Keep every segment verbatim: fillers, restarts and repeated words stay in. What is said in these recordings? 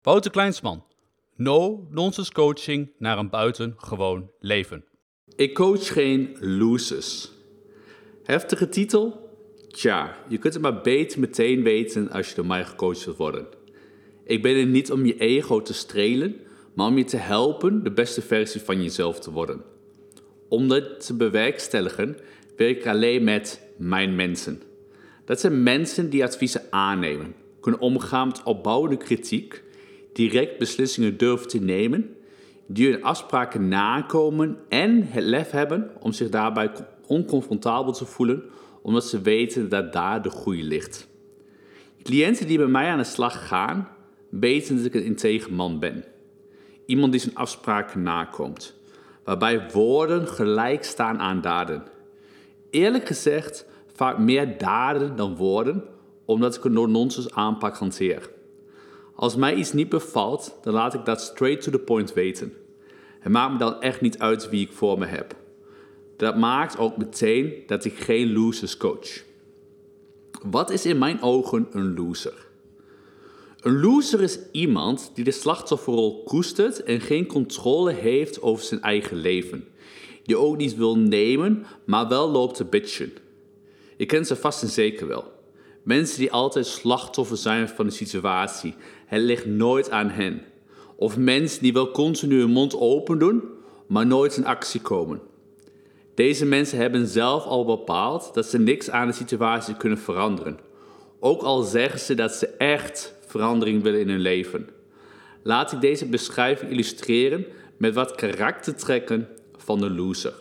Wouter Kleinsman. No-nonsense coaching naar een buitengewoon leven. Ik coach geen losers. Heftige titel? Tja, je kunt het maar beter meteen weten als je door mij gecoacht wilt worden. Ik ben er niet om je ego te strelen, maar om je te helpen de beste versie van jezelf te worden. Om dat te bewerkstelligen werk ik alleen met mijn mensen. Dat zijn mensen die adviezen aannemen, kunnen omgaan met opbouwende kritiek, direct beslissingen durven te nemen, die hun afspraken nakomen en het lef hebben om zich daarbij oncomfortabel te voelen, omdat ze weten dat daar de groei ligt. Cliënten die bij mij aan de slag gaan, weten dat ik een integer man ben. Iemand die zijn afspraken nakomt, waarbij woorden gelijk staan aan daden. Eerlijk gezegd, vaak meer daden dan woorden, omdat ik een no-nonsense aanpak hanteer. Als mij iets niet bevalt, dan laat ik dat straight to the point weten. Het maakt me dan echt niet uit wie ik voor me heb. Dat maakt ook meteen dat ik geen losers coach. Wat is in mijn ogen een loser? Een loser is iemand die de slachtofferrol koestert en geen controle heeft over zijn eigen leven. Die ook niet wil nemen, maar wel loopt te bitchen. Je kent ze vast en zeker wel. Mensen die altijd slachtoffer zijn van de situatie. Het ligt nooit aan hen. Of mensen die wel continu hun mond open doen, maar nooit in actie komen. Deze mensen hebben zelf al bepaald dat ze niks aan de situatie kunnen veranderen. Ook al zeggen ze dat ze echt verandering willen in hun leven. Laat ik deze beschrijving illustreren met wat karaktertrekken van de loser.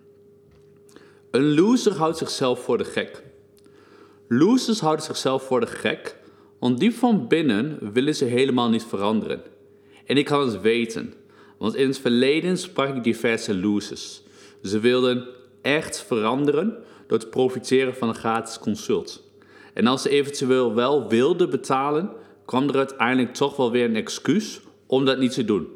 Een loser houdt zichzelf voor de gek. Losers houden zichzelf voor de gek, want diep van binnen willen ze helemaal niet veranderen. En ik kan het weten, want in het verleden sprak ik diverse losers. Ze wilden echt veranderen door te profiteren van een gratis consult. En als ze eventueel wel wilden betalen, kwam er uiteindelijk toch wel weer een excuus om dat niet te doen.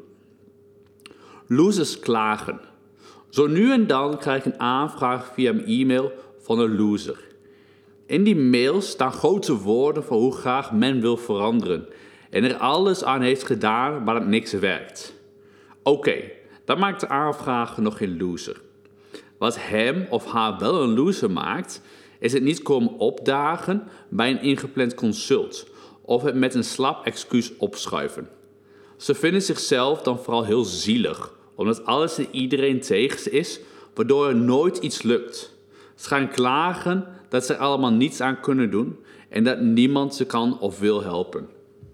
Losers klagen. Zo nu en dan krijg ik een aanvraag via mijn e-mail van een loser. In die mail staan grote woorden van hoe graag men wil veranderen en er alles aan heeft gedaan, maar dat niks werkt. Oké, okay, dat maakt de aanvrager nog geen loser. Wat hem of haar wel een loser maakt, is het niet komen opdagen bij een ingepland consult of het met een slap excuus opschuiven. Ze vinden zichzelf dan vooral heel zielig, omdat alles en iedereen tegen ze is, waardoor er nooit iets lukt. Ze gaan klagen dat ze er allemaal niets aan kunnen doen en dat niemand ze kan of wil helpen.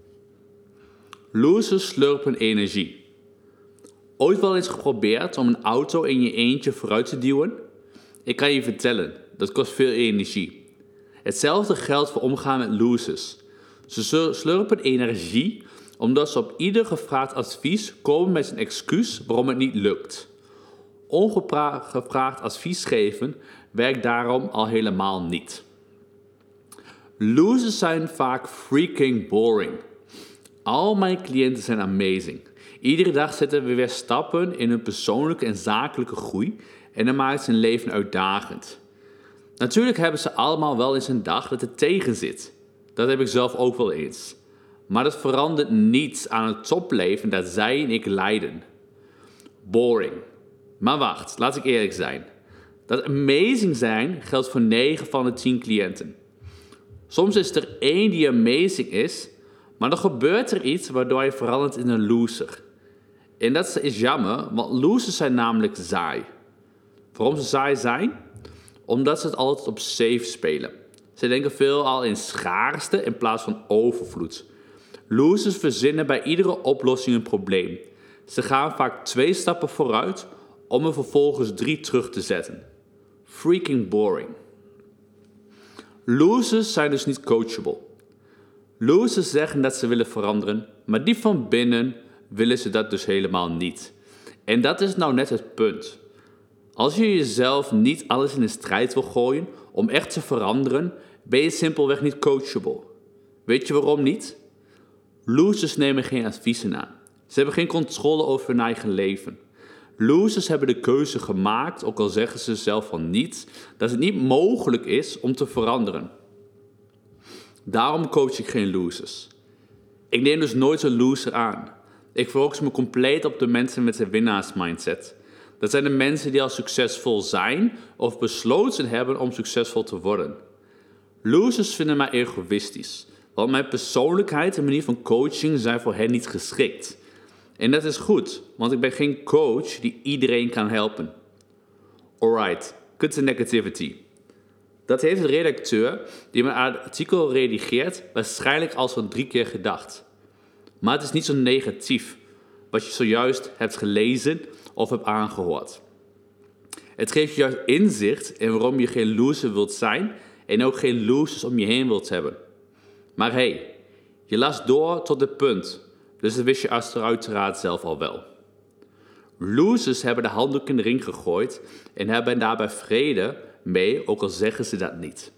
Losers slurpen energie. Ooit wel eens geprobeerd om een auto in je eentje vooruit te duwen? Ik kan je vertellen, dat kost veel energie. Hetzelfde geldt voor omgaan met losers. Ze slurpen energie omdat ze op ieder gevraagd advies komen met een excuus waarom het niet lukt. Ongevraagd advies geven werkt daarom al helemaal niet. Losers zijn vaak freaking boring. Al mijn cliënten zijn amazing. Iedere dag zetten we weer stappen in hun persoonlijke en zakelijke groei en dan maakt ze hun leven uitdagend. Natuurlijk hebben ze allemaal wel eens een dag dat het tegen zit. Dat heb ik zelf ook wel eens. Maar dat verandert niets aan het topleven dat zij en ik leiden. Boring. Maar wacht, laat ik eerlijk zijn. Dat amazing zijn geldt voor negen van de tien cliënten. Soms is er één die amazing is, maar dan gebeurt er iets waardoor je verandert in een loser. En dat is jammer, want losers zijn namelijk saai. Waarom ze saai zijn? Omdat ze het altijd op safe spelen. Ze denken veelal in schaarste in plaats van overvloed. Losers verzinnen bij iedere oplossing een probleem. Ze gaan vaak twee stappen vooruit om er vervolgens drie terug te zetten. Freaking boring. Losers zijn dus niet coachable. Losers zeggen dat ze willen veranderen, maar diep van binnen willen ze dat dus helemaal niet. En dat is nou net het punt. Als je jezelf niet alles in de strijd wil gooien om echt te veranderen, ben je simpelweg niet coachable. Weet je waarom niet? Losers nemen geen adviezen aan. Ze hebben geen controle over hun eigen leven. Losers hebben de keuze gemaakt, ook al zeggen ze zelf van niet, dat het niet mogelijk is om te veranderen. Daarom coach ik geen losers. Ik neem dus nooit een loser aan. Ik focus me compleet op de mensen met een winnaarsmindset. Dat zijn de mensen die al succesvol zijn of besloten hebben om succesvol te worden. Losers vinden mij egoïstisch, want mijn persoonlijkheid en manier van coaching zijn voor hen niet geschikt. En dat is goed, want ik ben geen coach die iedereen kan helpen. Alright, cut to negativity. Dat heeft de redacteur die mijn artikel redigeert waarschijnlijk al zo'n drie keer gedacht. Maar het is niet zo negatief wat je zojuist hebt gelezen of hebt aangehoord. Het geeft je juist inzicht in waarom je geen loser wilt zijn en ook geen losers om je heen wilt hebben. Maar hé, hey, je las door tot dit punt, dus dat wist je uiteraard zelf al wel. Losers hebben de handdoek in de ring gegooid en hebben daarbij vrede mee, ook al zeggen ze dat niet.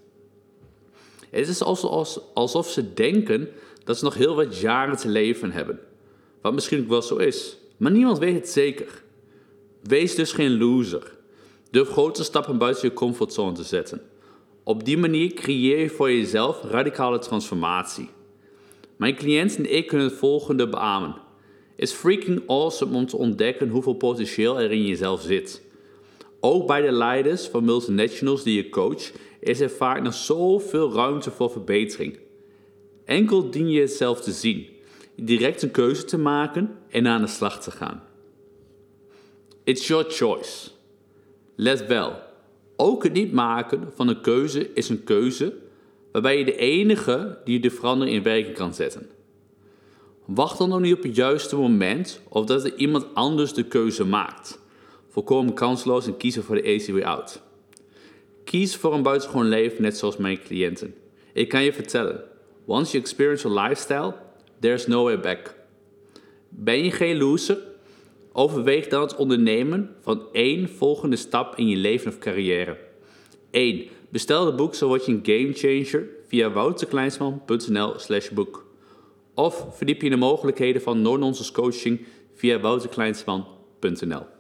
Het is alsof, alsof ze denken dat ze nog heel wat jaren te leven hebben. Wat misschien ook wel zo is, maar niemand weet het zeker. Wees dus geen loser. Durf grote stappen buiten je comfortzone te zetten. Op die manier creëer je voor jezelf radicale transformatie. Mijn cliënt en ik kunnen het volgende beamen. Het is freaking awesome om te ontdekken hoeveel potentieel er in jezelf zit. Ook bij de leiders van multinationals die je coach is er vaak nog zoveel ruimte voor verbetering. Enkel dien je het zelf te zien, direct een keuze te maken en aan de slag te gaan. It's your choice. Let wel, ook het niet maken van een keuze is een keuze waarbij je de enige die de verandering in werking kan zetten. Wacht dan nog niet op het juiste moment of dat er iemand anders de keuze maakt. Volkomen kansloos en kiezen voor de easy way out. Kies voor een buitengewoon leven net zoals mijn cliënten. Ik kan je vertellen, once you experience your lifestyle, there's no way back. Ben je geen loser? Overweeg dan het ondernemen van één volgende stap in je leven of carrière. één. Bestel het boek Zo word je een gamechanger via wouterkleinsman.nl slash boek. Of verdiep je in de mogelijkheden van no-nonsense coaching via wouterkleinsman punt n l.